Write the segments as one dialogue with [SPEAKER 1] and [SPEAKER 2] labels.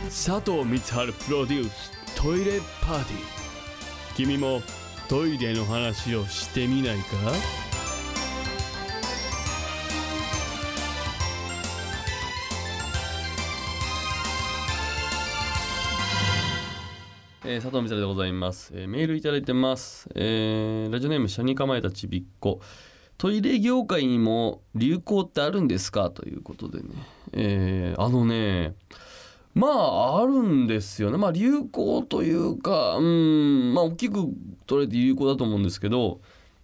[SPEAKER 1] 佐藤光晴プロデューストイレパーティー。君もトイレの話をしてみないか？佐藤光晴でございます。メールいただいてます。ラジオネーム車に構えたちびっこ。トイレ業界にも流行ってあるんですかということでね、まああるんですよね。まあ流行というか、まあ大きく捉えて流行だと思うんですけど、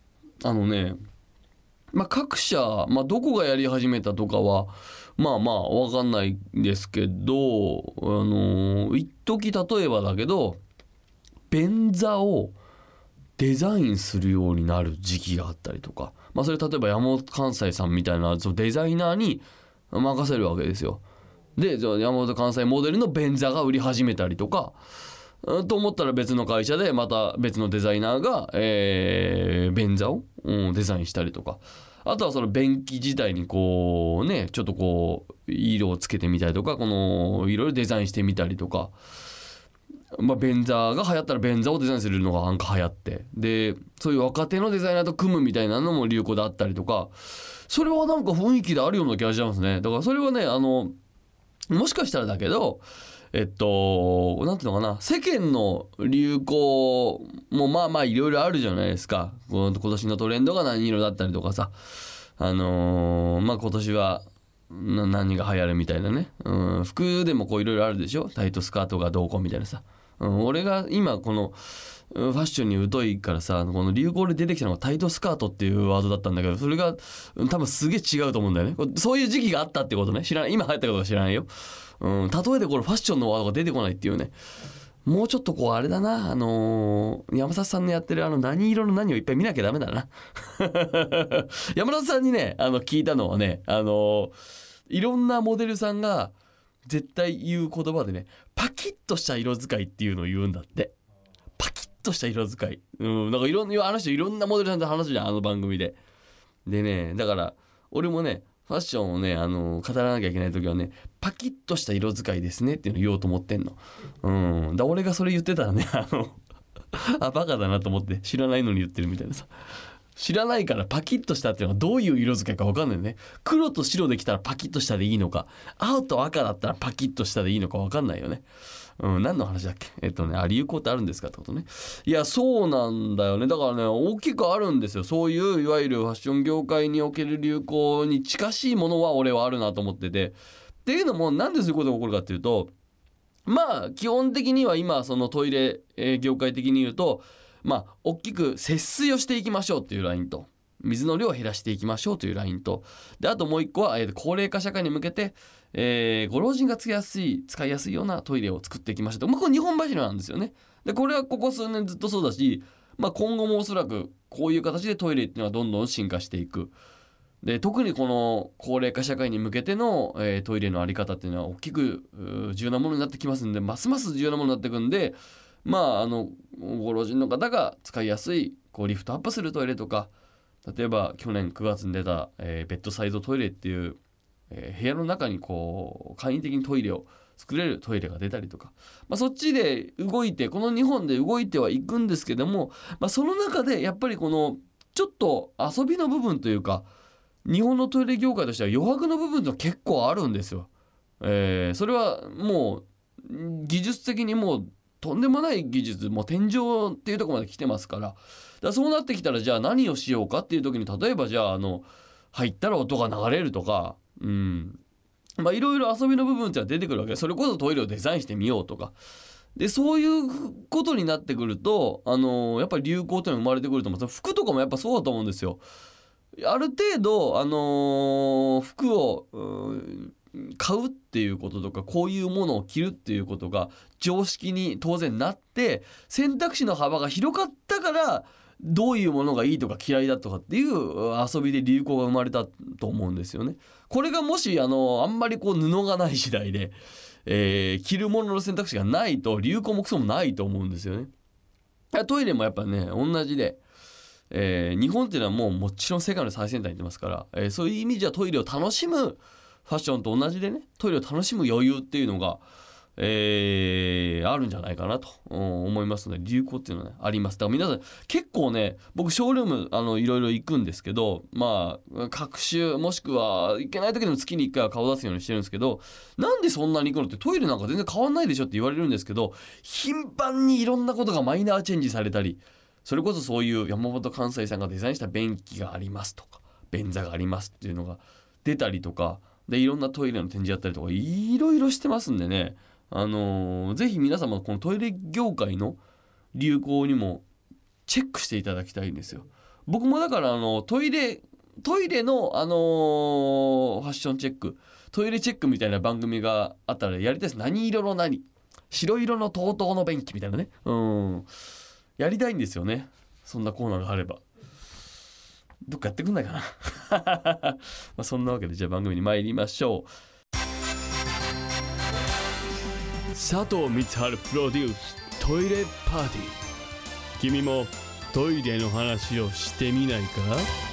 [SPEAKER 1] まあ各社、まあどこがやり始めたとかはまあまあわかんないんですけど、一時例えばだけど便座をデザインするようになる時期があったりとか、まあそれ例えば山本関西さんみたいなデザイナーに任せるわけですよ。で山本関西モデルの便座が売り始めたりとか、と思ったら別の会社でまた別のデザイナーが、便座を、デザインしたりとか、あとはその便器自体にこうねちょっとこう色をつけてみたりとか、このいろいろデザインしてみたりとか、まあ、便座が流行ったら便座をデザインするのがなんか流行って、でそういう若手のデザイナーと組むみたいなのも流行であったりとか、それはなんか雰囲気であるような気がしますね。だからそれはねもしかしたらだけどなんていうのかな、世間の流行もまあまあいろいろあるじゃないですか。今年のトレンドが何色だったりとかさ、まあ今年は何が流行るみたいなね、服でもこういろいろあるでしょ。タイトスカートがどうこうみたいなさ、俺が今このファッションに疎いからさ、この流行で出てきたのがタイトスカートっていうワードだったんだけど、それが多分すげえ違うと思うんだよね。そういう時期があったってことね。知らない、今流行ったことは知らないよ。例えでこれファッションのワードが出てこないっていうね。もうちょっとこうあれだな、山里さんのやってる何色の何をいっぱい見なきゃダメだな。山里さんにね聞いたのはね、いろんなモデルさんが絶対言う言葉でね、パキッとした色使いっていうのを言うんだって。パキッとした色使い、なんかいろんな人いろんなモデルさんと話すじゃん、番組で。でね、だから俺もねファッションをね語らなきゃいけない時はね、パキッとした色使いですねっていうのを言おうと思ってんの。だ俺がそれ言ってたらねバカだなと思って、知らないのに言ってるみたいなさ。知らないからパキッとしたっていうのはどういう色使いか分かんないね。黒と白できたらパキッとしたでいいのか、青と赤だったらパキッとしたでいいのか分かんないよね。何の話だっけ。流行ってあるんですかってことね。いやそうなんだよね。だからね大きくあるんですよ。そういういわゆるファッション業界における流行に近しいものは俺はあるなと思ってて、っていうのもなんでそういうことが起こるかっていうと、まあ基本的には今そのトイレ、業界的に言うと、まあ大きく節水をしていきましょうっていうラインと、水の量を減らしていきましょうというラインと、であともう一個は、高齢化社会に向けて、ご老人が使いやすいようなトイレを作っていきましょうと、まあ、これ日本柱なんですよね。でこれはここ数年ずっとそうだし、まあ、今後もおそらくこういう形でトイレっていうのはどんどん進化していく。で特にこの高齢化社会に向けての、トイレの在り方っていうのは大きく重要なものになってきますんで、ますます重要なものになっていくんで、まあご老人の方が使いやすいこうリフトアップするトイレとか、例えば去年9月に出た、ベッドサイドトイレっていう、部屋の中にこう簡易的にトイレを作れるトイレが出たりとか、まあ、そっちで動いて、この日本で動いてはいくんですけども、まあ、その中でやっぱりこのちょっと遊びの部分というか、日本のトイレ業界としては余白の部分が結構あるんですよ。それはもう技術的にもうとんでもない技術、もう天井っていうところまで来てますから、そうなってきたらじゃあ何をしようかっていう時に、例えばじゃあ入ったら音が流れるとか、まあいろいろ遊びの部分って出てくるわけで、それこそトイレをデザインしてみようとかで、そういうことになってくるとやっぱり流行っていうのが生まれてくると思うんです。服とかもやっぱそうだと思うんですよ。ある程度服を買うっていうこととか、こういうものを着るっていうことが常識に当然なって、選択肢の幅が広かったから、どういうものがいいとか嫌いだとかっていう遊びで流行が生まれたと思うんですよね。これがもしあんまりこう布がない時代で、着るものの選択肢がないと流行もクソもないと思うんですよね。トイレもやっぱね同じで、日本っていうのはもちろん世界の最先端にいってますから、そういう意味じゃトイレを楽しむファッションと同じでね、トイレを楽しむ余裕っていうのがあるんじゃないかなと思いますので、流行っていうのは、ね、あります。だから皆さん結構ね、僕ショールームいろいろ行くんですけど、まあ隔週もしくは行けない時でも月に1回は顔出すようにしてるんですけど、なんでそんなに行くのって、トイレなんか全然変わんないでしょって言われるんですけど、頻繁にいろんなことがマイナーチェンジされたり、それこそそういう山本関西さんがデザインした便器がありますとか便座がありますっていうのが出たりとかで、いろんなトイレの展示やったりとかいろいろしてますんでね、ぜひ皆様このトイレ業界の流行にもチェックしていただきたいんですよ。僕もだからトイレの、ファッションチェック、トイレチェックみたいな番組があったらやりたいです。何色の何、白色の TOTO の便器みたいなね、やりたいんですよね。そんなコーナーがあればどっかやってくんないかなまあそんなわけで、じゃあ番組に参りましょう。佐藤光晴プロデューストイレパーティー。君もトイレの話をしてみないか？